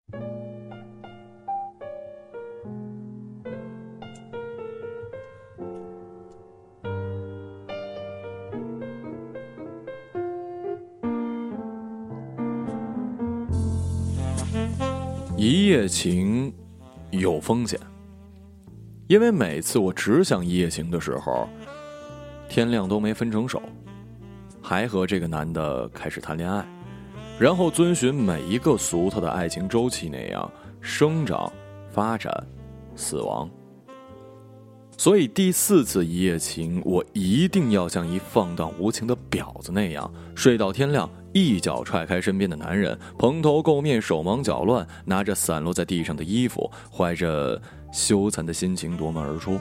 一夜情有风险，因为每次我只想一夜情的时候，天亮都没分成手，还和这个男的开始谈恋爱，然后遵循每一个俗套的爱情周期那样生长、发展、死亡。所以第4次一夜情，我一定要像一放荡无情的婊子那样，睡到天亮，一脚踹开身边的男人，蓬头垢面，手忙脚乱，拿着散落在地上的衣服，怀着羞惭的心情夺门而出。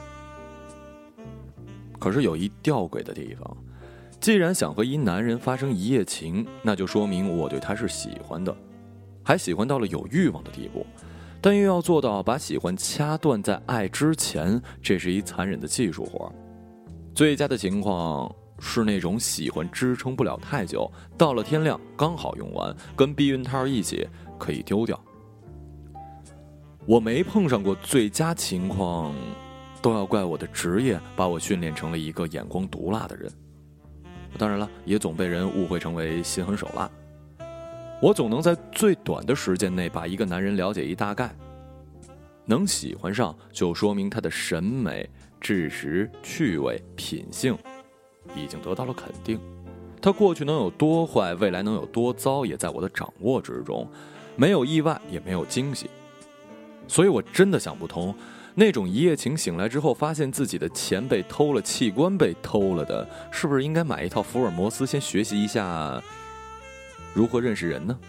可是有一吊诡的地方，既然想和一男人发生一夜情，那就说明我对他是喜欢的，还喜欢到了有欲望的地步，但又要做到把喜欢掐断在爱之前，这是一残忍的技术活。最佳的情况是那种喜欢支撑不了太久，到了天亮刚好用完，跟避孕套一起可以丢掉。我没碰上过最佳情况，都要怪我的职业把我训练成了一个眼光毒辣的人。当然了，也总被人误会成为心狠手辣。我总能在最短的时间内把一个男人了解一大概，能喜欢上就说明他的审美、知识、趣味、品性已经得到了肯定。他过去能有多坏，未来能有多糟，也在我的掌握之中，没有意外，也没有惊喜。所以我真的想不通，那种一夜情醒来之后发现自己的钱被偷了，器官被偷了的，是不是应该买一套福尔摩斯，先学习一下如何认识人呢？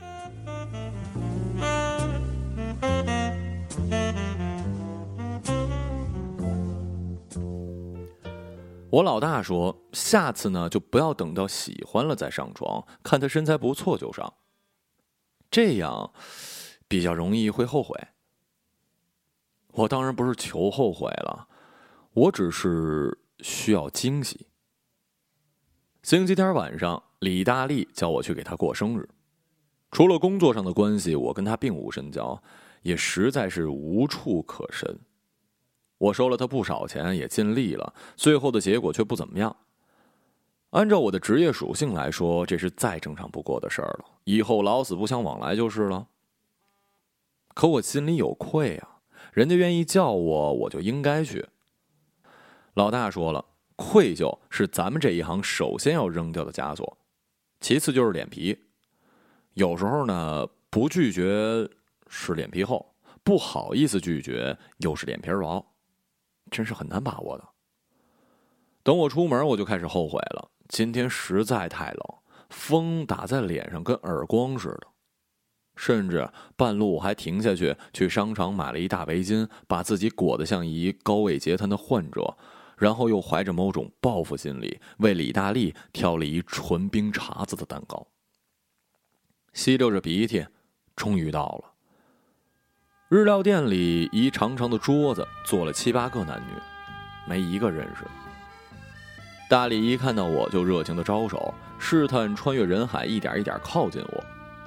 我老大说，下次呢就不要等到喜欢了再上床，看他身材不错就上，这样比较容易会后悔。我当然不是求后悔了，我只是需要惊喜。星期天晚上，李大力叫我去给他过生日。除了工作上的关系，我跟他并无深交，也实在是无处可伸。我收了他不少钱，也尽力了，最后的结果却不怎么样。按照我的职业属性来说，这是再正常不过的事儿了，以后老死不相往来就是了。可我心里有愧啊，人家愿意叫我，我就应该去。老大说了，愧疚是咱们这一行首先要扔掉的枷锁，其次就是脸皮。有时候呢，不拒绝是脸皮厚，不好意思拒绝又是脸皮薄，真是很难把握的。等我出门，我就开始后悔了。今天实在太冷，风打在脸上跟耳光似的。甚至半路我还停下去商场买了一大围巾，把自己裹得像一高位截瘫的患者，然后又怀着某种报复心理，为李大力挑了一纯冰碴子的蛋糕。吸溜着鼻涕，终于到了。日料店里一长长的桌子，坐了7、8个男女，没一个认识。大力一看到我就热情的招手，试探穿越人海，一点一点靠近我。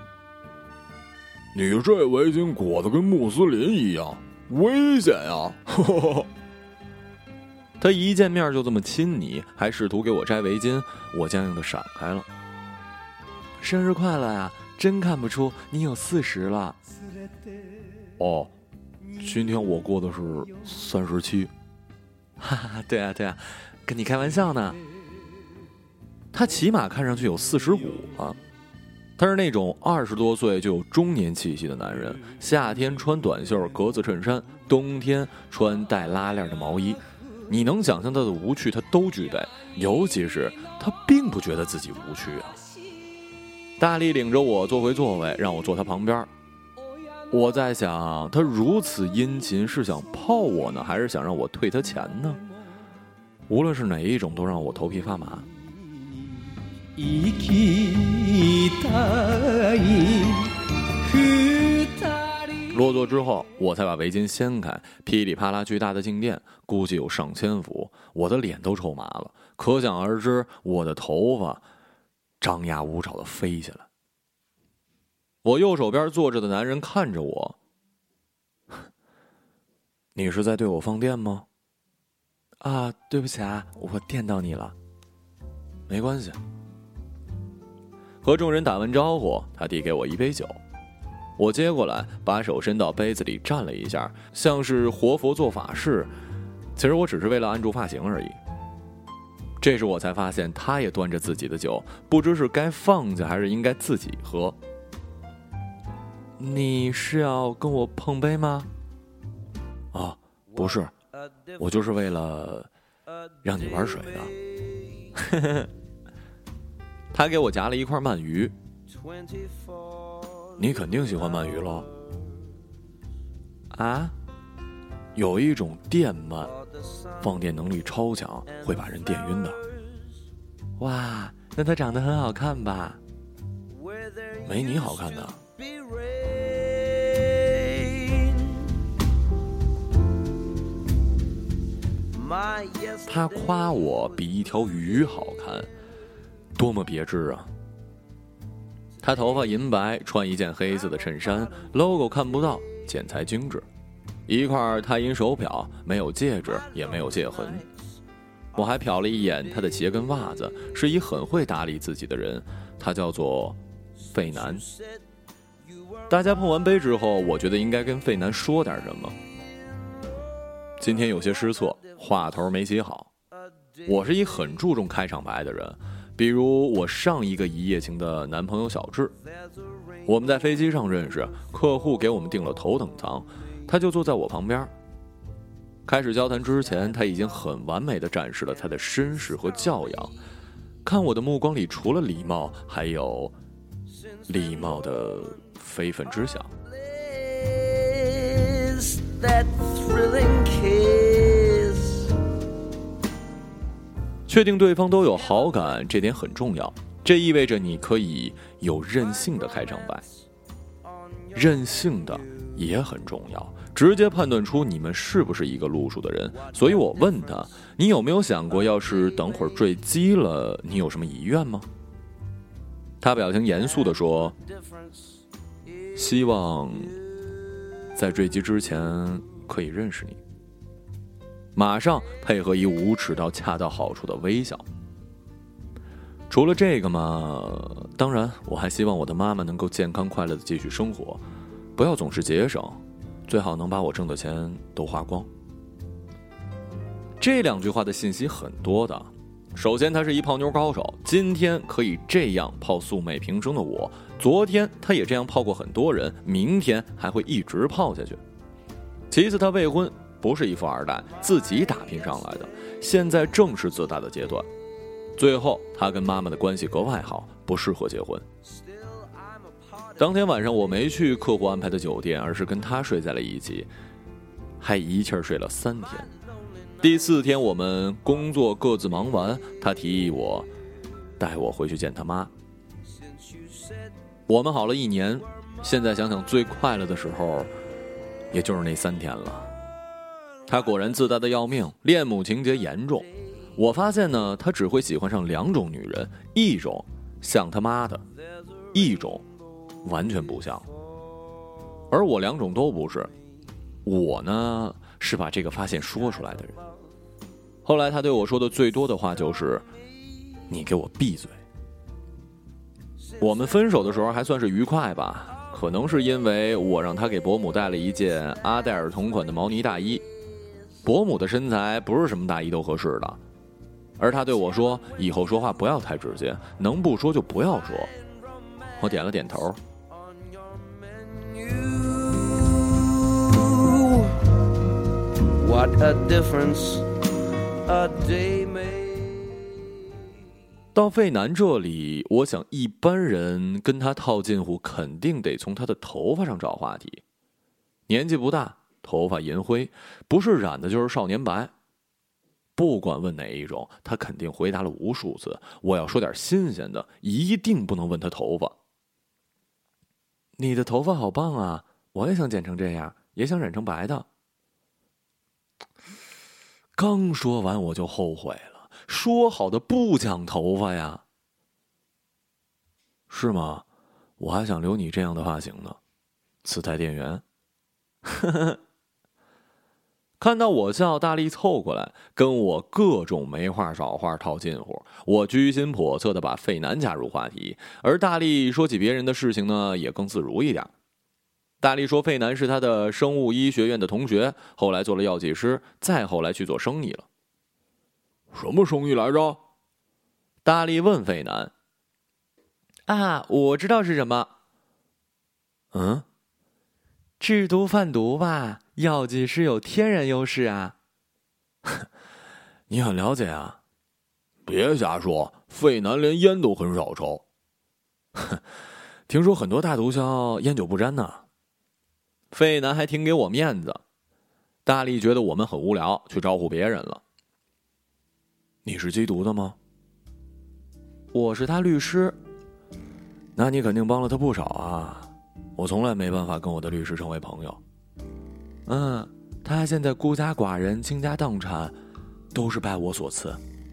你这围巾裹得跟穆斯林一样，危险呀！ 他一见面就这么亲你，还试图给我摘围巾，我僵硬的闪开了。生日快乐呀！真看不出你有40了。 哦，今天我过的是37。 哈哈，对啊，跟你开玩笑呢。他起码看上去有45了。他是那种20多岁就有中年气息的男人，夏天穿短袖格子衬衫，冬天穿带拉链的毛衣。你能想象他的无趣，他都具备，尤其是他并不觉得自己无趣啊。大力领着我坐回座位，让我坐他旁边。我在想，他如此殷勤是想泡我呢，还是想让我退他钱呢？无论是哪一种，都让我头皮发麻。落座之后，我才把围巾掀开，噼里啪啦巨大的静电，估计有上千伏，我的脸都抽麻了，可想而知，我的头发张牙舞爪的飞起来。 我右手边坐着的男人看着我，你是在对我放电吗？啊，对不起啊，我电到你了。没关系。和众人打完招呼，他递给我一杯酒，我接过来，把手伸到杯子里蘸了一下，像是活佛做法事。其实我只是为了按住发型而已。这时我才发现，他也端着自己的酒，不知是该放下还是应该自己喝。你是要跟我碰杯吗？啊，不是，我就是为了让你玩水的。他给我夹了一块鳗鱼。你肯定喜欢鳗鱼喽。啊？有一种电鳗，放电能力超强，会把人电晕的。哇，那它长得很好看吧？没你好看的。他夸我比一条鱼好看，多么别致啊！他头发银白，穿一件黑色的衬衫 ，logo 看不到，剪裁精致。一块钛银手表，没有戒指，也没有戒痕。我还瞟了一眼他的鞋跟袜子，是一很会打理自己的人，他叫做费南。大家碰完杯之后，我觉得应该跟费南说点什么。今天有些失措，话头没起好。我是一很注重开场白的人，比如我上一个一夜情的男朋友小智，我们在飞机上认识，客户给我们订了头等舱，他就坐在我旁边。开始交谈之前，他已经很完美地展示了他的绅士和教养。看我的目光里，除了礼貌，还有礼貌的非分之想。确定对方都有好感，这点很重要。这意味着你可以有任性的开场白，任性的也很重要，直接判断出你们是不是一个路数的人。所以我问他，你有没有想过，要是等会儿坠机了，你有什么遗愿吗？他表情严肃地说，希望在坠机之前可以认识你。马上配合一无耻到恰到好处的微笑。除了这个嘛，当然我还希望我的妈妈能够健康快乐的继续生活，不要总是节省，最好能把我挣的钱都花光。这两句话的信息很多的。首先他是一泡妞高手，今天可以这样泡素昧平生的我，昨天他也这样泡过很多人，明天还会一直泡下去。其次他未婚，不是一富二代，自己打拼上来的，现在正是自大的阶段。最后他跟妈妈的关系格外好，不适合结婚。当天晚上我没去客户安排的酒店，而是跟他睡在了一起，还一气儿睡了3天。第4天我们工作各自忙完，他提议我带我回去见他妈。我们好了1年，现在想想最快乐的时候也就是那3天了。他果然自大的要命，恋母情节严重。我发现呢，他只会喜欢上2种女人，一种像他妈的，一种完全不像。而我2种都不是。我呢，是把这个发现说出来的人。后来他对我说的最多的话就是你给我闭嘴。我们分手的时候还算是愉快吧，可能是因为我让他给伯母带了一件阿黛尔同款的毛呢大衣。伯母的身材不是什么大衣都合适的，而他对我说，以后说话不要太直接，能不说就不要说。我点了点头。What a difference a day made。 到费南这里，我想一般人跟他套近乎，肯定得从他的头发上找话题。年纪不大，头发银灰，不是染的就是少年白。不管问哪一种，他肯定回答了无数次。我要说点新鲜的，一定不能问他头发。你的头发好棒啊，我也想剪成这样，也想染成白的。刚说完我就后悔了，说好的不讲头发呀。是吗？ 我还想留你这样的发型呢，磁带店员。看到我笑，大力凑过来跟我各种没话少话套近乎，我居心叵测地把费南加入话题，而大力说起别人的事情呢，也更自如一点。大力说费南是他的生物医学院的同学，后来做了药剂师，再后来去做生意了。 什么生意来着？ 大力问费南。啊，我知道是什么。制毒贩毒吧，药剂师有天然优势啊。你很了解啊。 别瞎说，费南连烟都很少抽。 听说很多大毒枭烟酒不沾呢。费南还挺给我面子。大力觉得我们很无聊，去招呼别人了。你是缉毒的吗？我是他律师。那你肯定帮了他不少啊。我从来没办法跟我的律师成为朋友。他现在孤家寡人，倾家荡产，都是拜我所赐。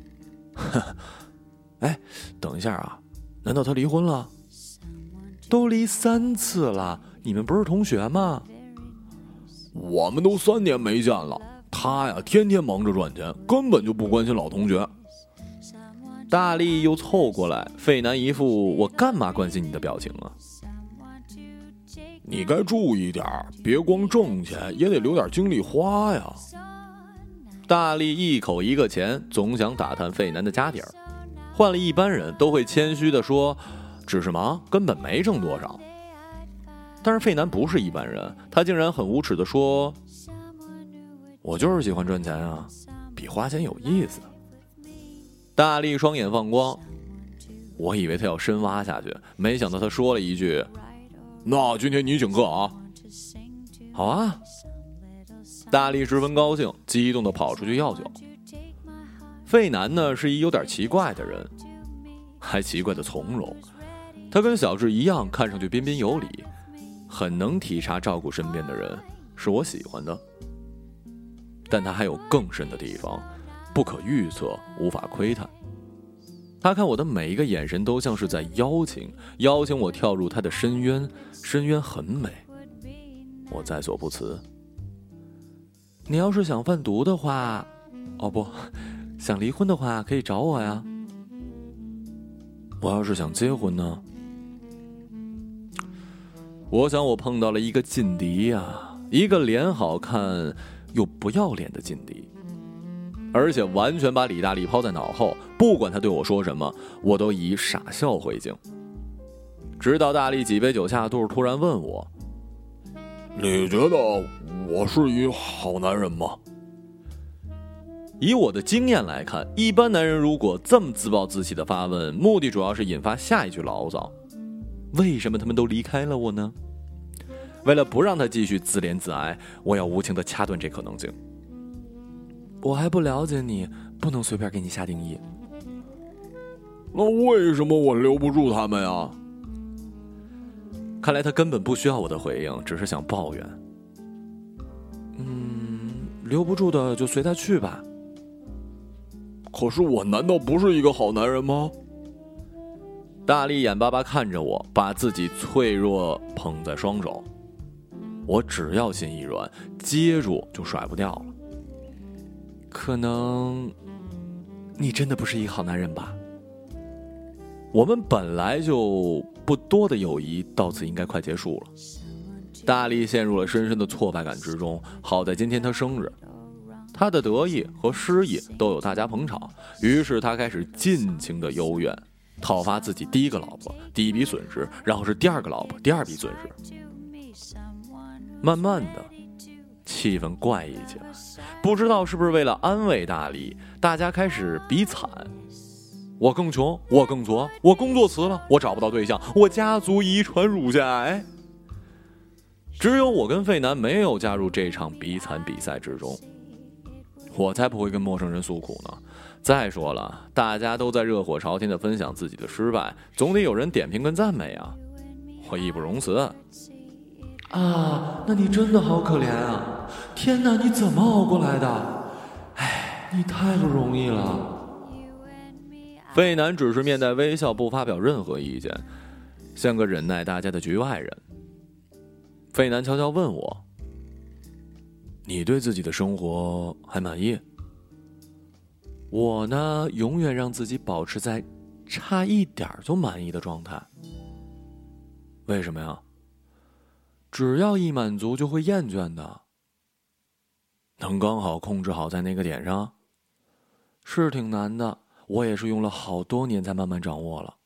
哎，等一下啊，难道他离婚了？都离3次了，你们不是同学吗？ 我们都3年没见了，他呀天天忙着赚钱，根本就不关心老同学。 大力又凑过来，费南一副我干嘛关心你的表情啊。 你该注意点，别光挣钱，也得留点精力花呀。 大力一口一个钱，总想打探费南的家底儿。换了一般人都会谦虚地说，只是忙，根本没挣多少。但是费南不是一般人，他竟然很无耻地说，我就是喜欢赚钱啊，比花钱有意思。大力双眼放光，我以为他要深挖下去，没想到他说了一句， 那今天你请客啊。 好啊。大力十分高兴，激动地跑出去要酒。费南呢是一有点奇怪的人，还奇怪的从容。他跟小智一样，看上去彬彬有礼，很能体察照顾身边的人，是我喜欢的。但他还有更深的地方，不可预测，无法窥探。他看我的每一个眼神都像是在邀请我跳入他的深渊，深渊很美，我在所不辞。你要是想贩毒的话，不，想离婚的话可以找我呀。我要是想结婚呢？我想我碰到了一个劲敌呀，一个脸好看又不要脸的劲敌，而且完全把李大力抛在脑后，不管他对我说什么，我都以傻笑回敬。直到大力几杯酒下肚，突然问我， 你觉得我是一好男人吗？ 以我的经验来看，一般男人如果这么自暴自弃的发问，目的主要是引发下一句牢骚，为什么他们都离开了我呢？为了不让他继续自怜自哀，我要无情地掐断这可能性。我还不了解你，不能随便给你下定义。 那为什么我留不住他们呀？ 看来他根本不需要我的回应，只是想抱怨。留不住的就随他去吧。 可是我难道不是一个好男人吗？ 大力眼巴巴看着我，把自己脆弱捧在双手。我只要心一软，接住就甩不掉了。可能你真的不是一个好男人吧？我们本来就不多的友谊到此应该快结束了。大力陷入了深深的挫败感之中，好在今天他生日，他的得意和失意都有大家捧场，于是他开始尽情的幽怨，讨伐自己第一个老婆，第一笔损失，然后是第二个老婆，第二笔损失。慢慢的气氛怪异起来，不知道是不是为了安慰大力，大家开始比惨。我更穷，我更矬，我工作辞了，我找不到对象，我家族遗传乳腺癌。只有我跟费南没有加入这场比惨比赛之中，我才不会跟陌生人诉苦呢。再说了，大家都在热火朝天地分享自己的失败，总得有人点评跟赞美啊。我义不容辞啊！那你真的好可怜啊！天哪，你怎么熬过来的？哎，你太不容易了。费南只是面带微笑，不发表任何意见。 像个忍耐大家的局外人。费南悄悄问我：“你对自己的生活还满意？”我呢，永远让自己保持在差一点就满意的状态。为什么呀？只要一满足就会厌倦的。能刚好控制好在那个点上，是挺难的，我也是用了好多年才慢慢掌握了。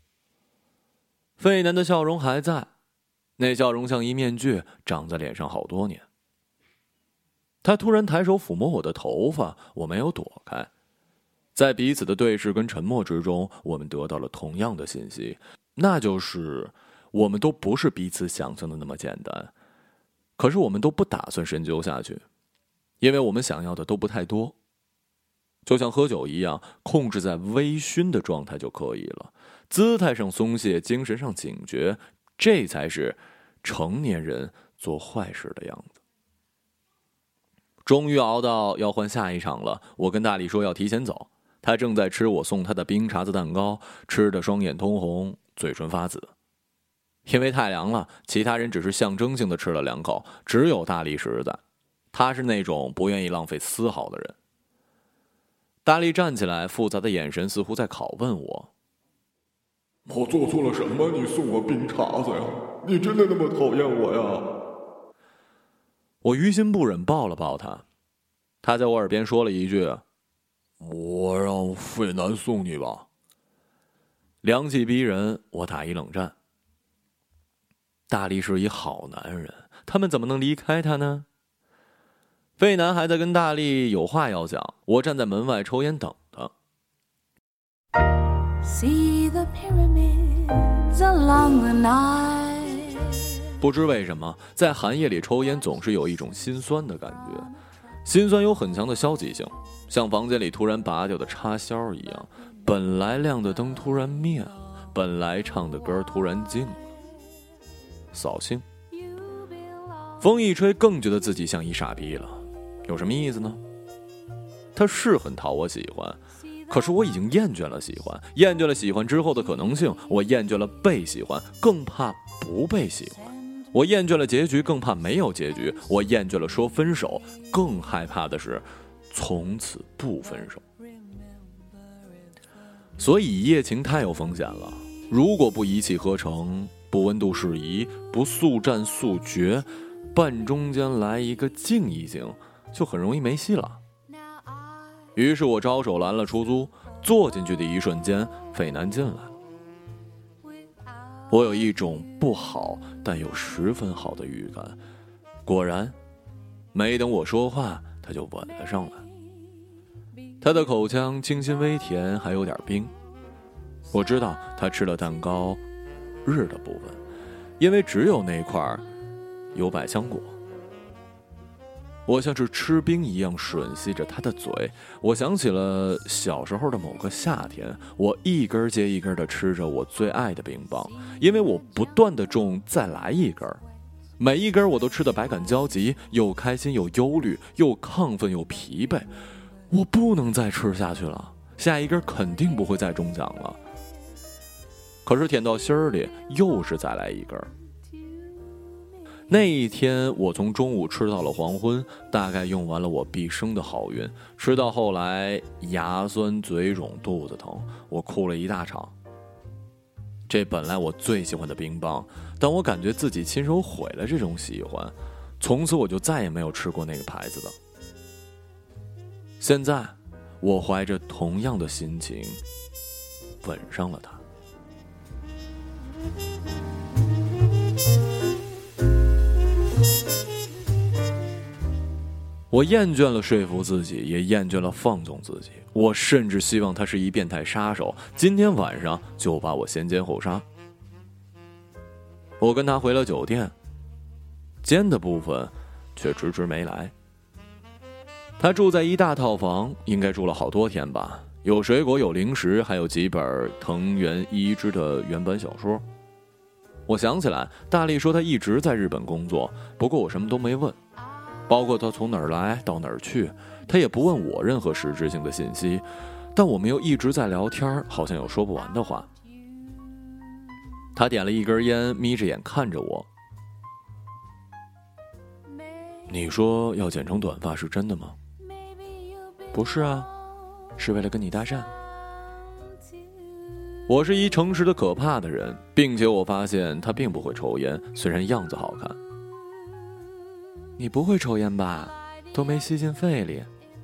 费南的笑容还在，那笑容像一面具，长在脸上好多年。他突然抬手抚摸我的头发，我没有躲开。在彼此的对视跟沉默之中，我们得到了同样的信息，那就是我们都不是彼此想象的那么简单。可是我们都不打算深究下去，因为我们想要的都不太多。就像喝酒一样，控制在微醺的状态就可以了，姿态上松懈，精神上警觉，这才是成年人做坏事的样子。终于熬到要换下一场了，我跟大力说要提前走。他正在吃我送他的冰碴子蛋糕，吃得双眼通红，嘴唇发紫。因为太凉了，其他人只是象征性的吃了2口，只有大力实在。他是那种不愿意浪费丝毫的人。大力站起来，复杂的眼神似乎在拷问我：“ 我做错了什么？你送我冰碴子呀？你真的那么讨厌我呀？” 我于心不忍，抱了抱他。他在我耳边说了一句：“ 我让费南送你吧。” 凉气逼人，我打一冷战。大力是一好男人，他们怎么能离开他呢？费南还在跟大力有话要讲，我站在门外抽烟等他。不知为什么，在寒夜里抽烟总是有一种心酸的感觉。心酸有很强的消极性，像房间里突然拔掉的插销一样，本来亮的灯突然灭了，本来唱的歌突然静了。扫兴。风一吹，更觉得自己像一傻逼了。有什么意思呢？他是很讨我喜欢，可是我已经厌倦了喜欢，厌倦了喜欢之后的可能性，我厌倦了被喜欢，更怕不被喜欢。我厌倦了结局，更怕没有结局。我厌倦了说分手，更害怕的是从此不分手。所以一夜情太有风险了，如果不一气呵成，不温度适宜，不速战速决，半中间来一个静一静，就很容易没戏了。于是我招手拦了出租，坐进去的一瞬间，费南进来。我有一种不好但又十分好的预感，果然，没等我说话，他就吻了上来。他的口腔清新微甜，还有点冰。我知道他吃了蛋糕日的部分，因为只有那块有百香果。我像是吃冰一样吮吸着他的嘴，我想起了小时候的某个夏天，我一根接一根的吃着我最爱的冰棒，因为我不断的中再来一根，每一根我都吃得百感交集，又开心又忧虑，又亢奋又疲惫。我不能再吃下去了，下一根肯定不会再中奖了。可是舔到心儿里，又是再来一根。那一天我从中午吃到了黄昏，大概用完了我毕生的好运。吃到后来牙酸嘴肿肚子疼，我哭了一大场。这本来我最喜欢的冰棒，但我感觉自己亲手毁了这种喜欢，从此我就再也没有吃过那个牌子的。现在我怀着同样的心情吻上了它。我厌倦了说服自己，也厌倦了放纵自己。我甚至希望他是一变态杀手，今天晚上就把我先奸后杀。我跟他回了酒店，奸的部分却迟迟没来。他住在一大套房，应该住了好多天吧，有水果，有零食，还有几本藤原一之的原版小说。我想起来，大力说他一直在日本工作，不过我什么都没问，包括他从哪儿来到哪儿去，他也不问我任何实质性的信息，但我们又一直在聊天，好像有说不完的话。 他点了一根烟，眯着眼看着我。你说要剪成短发是真的吗？不是啊，是为了跟你搭讪。我是一诚实的可怕的人，并且我发现他并不会抽烟，虽然样子好看。你不会抽烟吧？都没吸进肺里。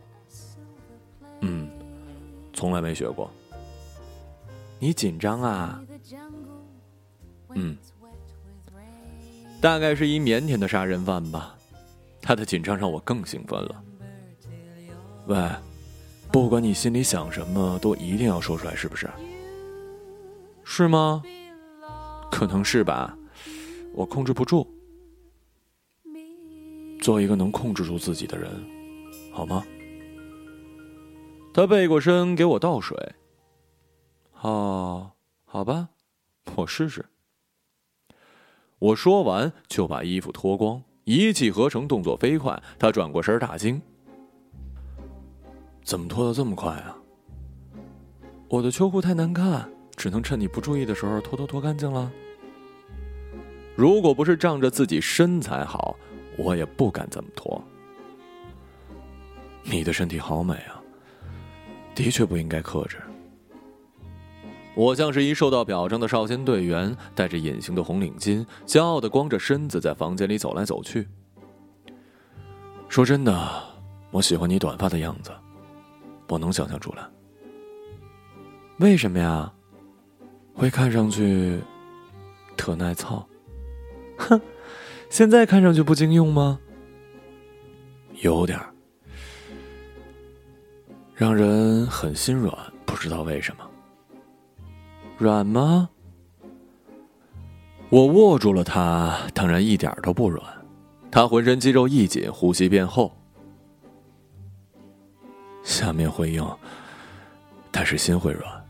从来没学过。你紧张啊？大概是一腼腆的杀人犯吧。他的紧张让我更兴奋了。喂，不管你心里想什么，都一定要说出来，是不是？是吗？可能是吧，我控制不住。做一个能控制住自己的人，好吗？他背过身给我倒水。好吧，我试试。我说完就把衣服脱光，一气呵成，动作飞快。他转过身大惊：怎么脱得这么快啊？我的秋裤太难看，只能趁你不注意的时候偷偷脱干净了。如果不是仗着自己身材好，我也不敢这么脱。你的身体好美啊，的确不应该克制。我像是一受到表彰的少先队员，戴着隐形的红领巾，骄傲地光着身子在房间里走来走去。说真的，我喜欢你短发的样子，我能想象出来。为什么呀？会看上去特耐操。哼，现在看上去不经用吗？有点，让人很心软，不知道为什么。软吗？我握住了他，当然一点都不软。他浑身肌肉一紧，呼吸变厚。下面会硬，但是心会软。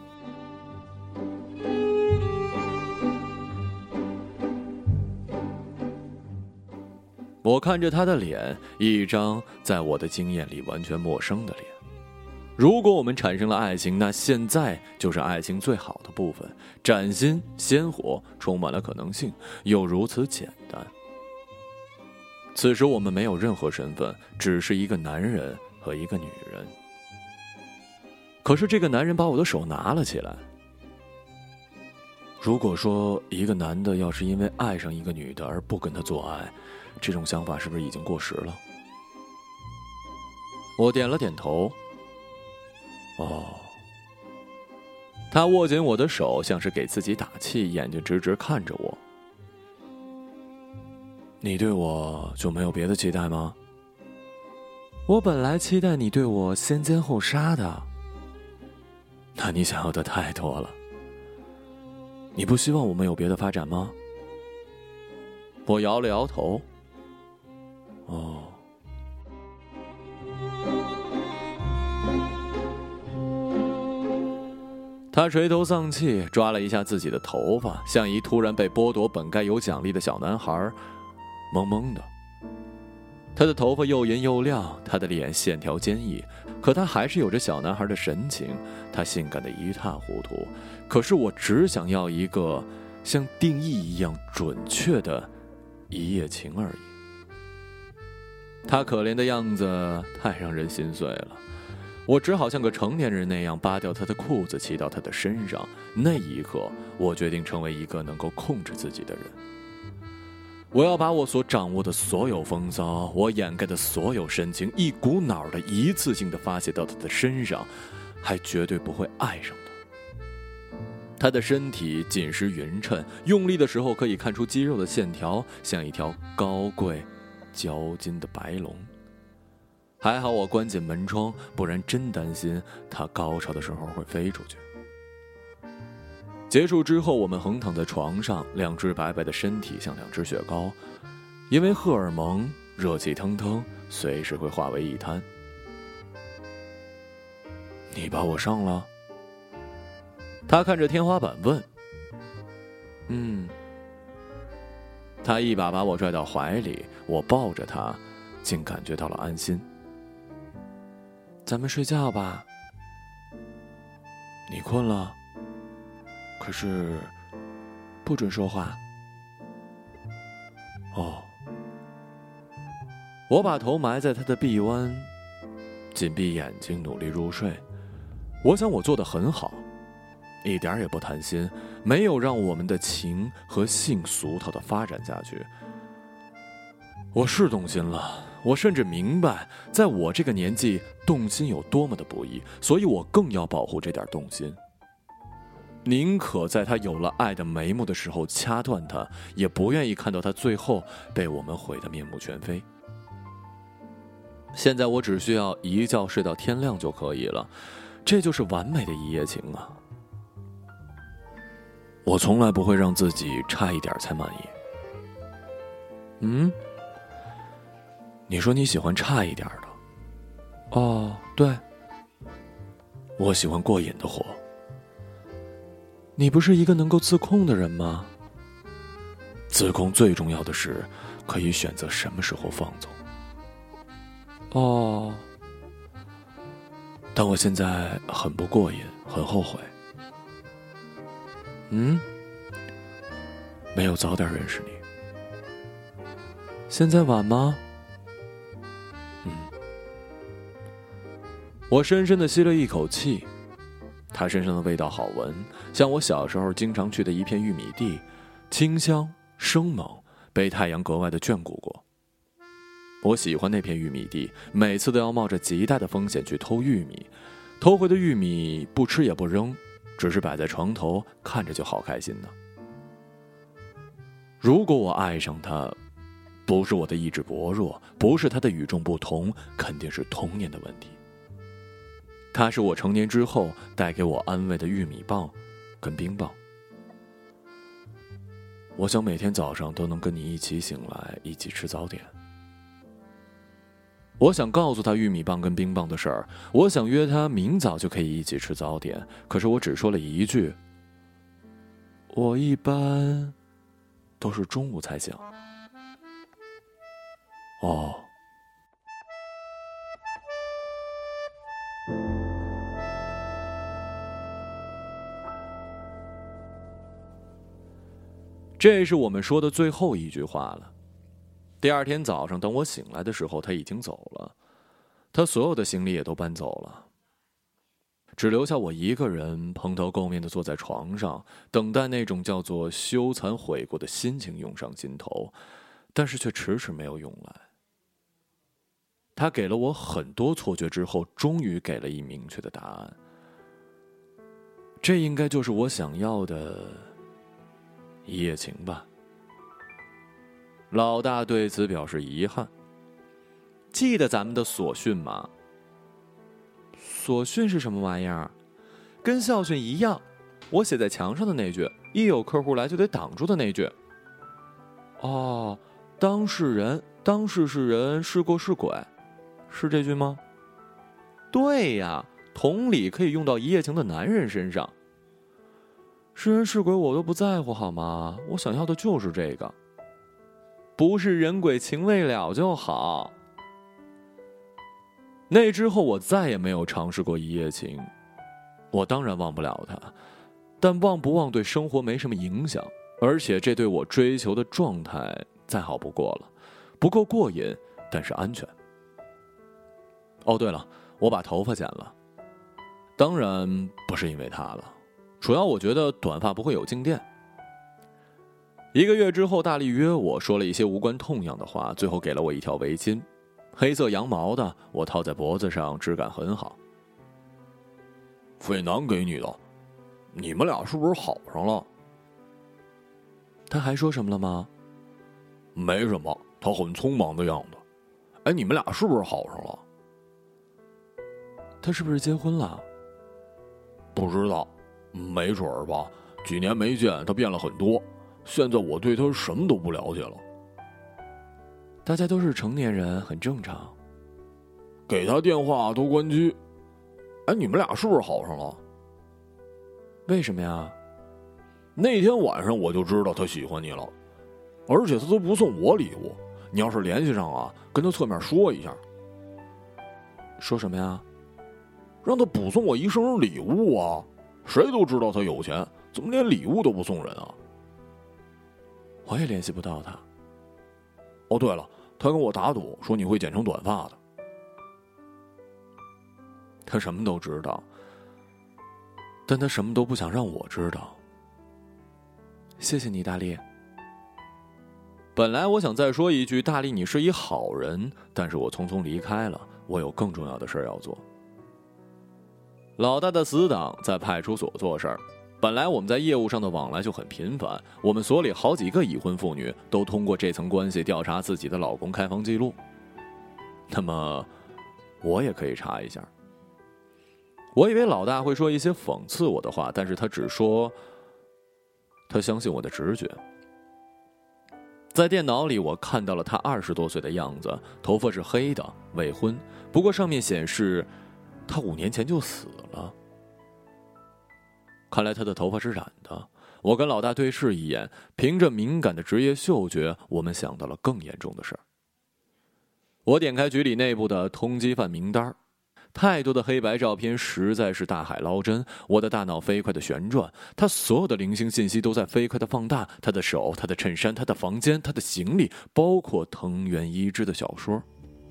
我看着他的脸，一张在我的经验里完全陌生的脸。如果我们产生了爱情，那现在就是爱情最好的部分，崭新、鲜活，充满了可能性，又如此简单。此时我们没有任何身份，只是一个男人和一个女人。可是这个男人把我的手拿了起来。如果说一个男的要是因为爱上一个女的而不跟她做爱，这种想法是不是已经过时了？我点了点头。他握紧我的手，像是给自己打气，眼睛直直看着我。你对我就没有别的期待吗？我本来期待你对我先奸后杀的。那你想要的太多了。你不希望我们有别的发展吗？我摇了摇头。他垂头丧气，抓了一下自己的头发，像一突然被剥夺本该有奖励的小男孩，懵懵的。他的头发又银又亮，他的脸线条坚毅，可他还是有着小男孩的神情，他性感的一塌糊涂。可是我只想要一个像定义一样准确的一夜情而已。他可怜的样子太让人心碎了。我只好像个成年人那样扒掉他的裤子，骑到他的身上。那一刻，我决定成为一个能够控制自己的人。我要把我所掌握的所有风骚，我掩盖的所有深情，一股脑的一次性的发泄到他的身上，还绝对不会爱上他。他的身体紧实匀称，用力的时候可以看出肌肉的线条，像一条高贵娇金的白龙。还好我关紧门窗，不然真担心他高潮的时候会飞出去。结束之后，我们横躺在床上，两只白白的身体像两只雪糕，因为荷尔蒙热气腾腾，随时会化为一滩。你把我上了？他看着天花板问。他一把把我拽到怀里，我抱着他，竟感觉到了安心。咱们睡觉吧。你困了？可是不准说话。哦。我把头埋在他的臂弯，紧闭眼睛，努力入睡。我想我做得很好，一点也不贪心，没有让我们的情和性俗套地发展下去。我是动心了，我甚至明白，在我这个年纪，动心有多么的不易，所以我更要保护这点动心。宁可在他有了爱的眉目的时候掐断他，也不愿意看到他最后被我们毁得面目全非。现在我只需要一觉睡到天亮就可以了，这就是完美的一夜情啊！我从来不会让自己差一点才满意。你说你喜欢差一点的？哦，对，我喜欢过瘾的活。你不是一个能够自控的人吗？自控最重要的是可以选择什么时候放纵。哦，但我现在很不过瘾，很后悔。没有早点认识你。现在晚吗？我深深地吸了一口气，他身上的味道好闻，像我小时候经常去的一片玉米地，清香生猛，被太阳格外的眷顾过。我喜欢那片玉米地，每次都要冒着极大的风险去偷玉米，偷回的玉米不吃也不扔，只是摆在床头，看着就好开心呢。如果我爱上他，不是我的意志薄弱，不是他的与众不同，肯定是童年的问题。他是我成年之后带给我安慰的玉米棒跟冰棒。我想每天早上都能跟你一起醒来，一起吃早点。我想告诉他玉米棒跟冰棒的事儿，我想约他明早就可以一起吃早点，可是我只说了一句：我一般都是中午才醒。哦，这是我们说的最后一句话了。第二天早上，等我醒来的时候，他已经走了，他所有的行李也都搬走了，只留下我一个人蓬头垢面地坐在床上，等待那种叫做羞惭悔过的心情涌上心头，但是却迟迟没有涌来。他给了我很多错觉之后，终于给了一明确的答案。这应该就是我想要的一夜情吧。老大对此表示遗憾。记得咱们的所训吗？所训是什么玩意儿？跟校训一样，我写在墙上的那句，一有客户来就得挡住的那句。哦，当事人，当事是人，是过是鬼，是这句吗？对呀，同理可以用到一夜情的男人身上。是人是鬼我都不在乎好吗？我想要的就是这个，不是人鬼情未了就好。那之后我再也没有尝试过一夜情，我当然忘不了他，但忘不忘对生活没什么影响，而且这对我追求的状态再好不过了，不够过瘾，但是安全。哦，对了，我把头发剪了，当然不是因为他了，主要我觉得短发不会有静电。1个月之后，大力约我说了一些无关痛痒的话，最后给了我一条围巾，黑色羊毛的，我套在脖子上，质感很好。 费南给你的，你们俩是不是好上了？ 他还说什么了吗？ 没什么，他很匆忙的样子。哎，你们俩是不是好上了？ 他是不是结婚了？ 不知道，没准儿吧。几年没见，他变了很多。现在我对他什么都不了解了。 大家都是成年人，很正常。 给他电话都关机。哎，你们俩是不是好上了？ 为什么呀？ 那天晚上我就知道他喜欢你了，而且他都不送我礼物。你要是联系上啊，跟他侧面说一下。 说什么呀？ 让他补送我1生日礼物啊！谁都知道他有钱，怎么连礼物都不送人啊？ 我也联系不到他。 哦，对了，他跟我打赌说你会剪成短发的。 他什么都知道，但他什么都不想让我知道。谢谢你，大力。本来我想再说一句大力你是一好人，但是我匆匆离开了，我有更重要的事要做。老大的死党在派出所做事儿，本来我们在业务上的往来就很频繁，我们所里好几个已婚妇女都通过这层关系调查自己的老公开房记录，那么我也可以查一下。我以为老大会说一些讽刺我的话，但是他只说他相信我的直觉。在电脑里我看到了他20多岁的样子，头发是黑的，未婚，不过上面显示他5年前就死了。看来他的头发是染的。我跟老大对视一眼，凭着敏感的职业嗅觉，我们想到了更严重的事儿。我点开局里内部的通缉犯名单，太多的黑白照片实在是大海捞针，我的大脑飞快的旋转，他所有的零星信息都在飞快的放大，他的手，他的衬衫，他的房间，他的行李，包括藤原一之的小说。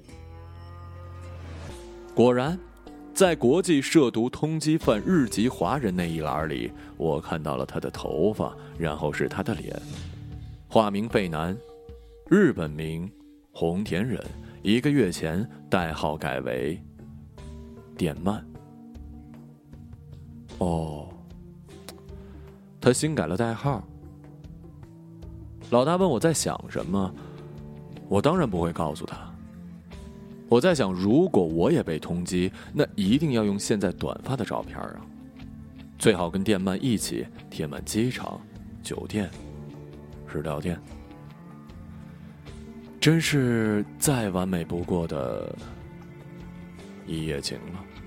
果然在国际涉毒通缉犯日籍华人那一栏里，我看到了他的头发，然后是他的脸。化名费南，日本名红田人，1个月前代号改为电鳗。哦，他新改了代号。老大问我在想什么，我当然不会告诉他。我在想，如果我也被通缉，那一定要用现在短发的照片啊，最好跟电鳗一起贴满机场、酒店、日料店。真是再完美不过的一夜情了。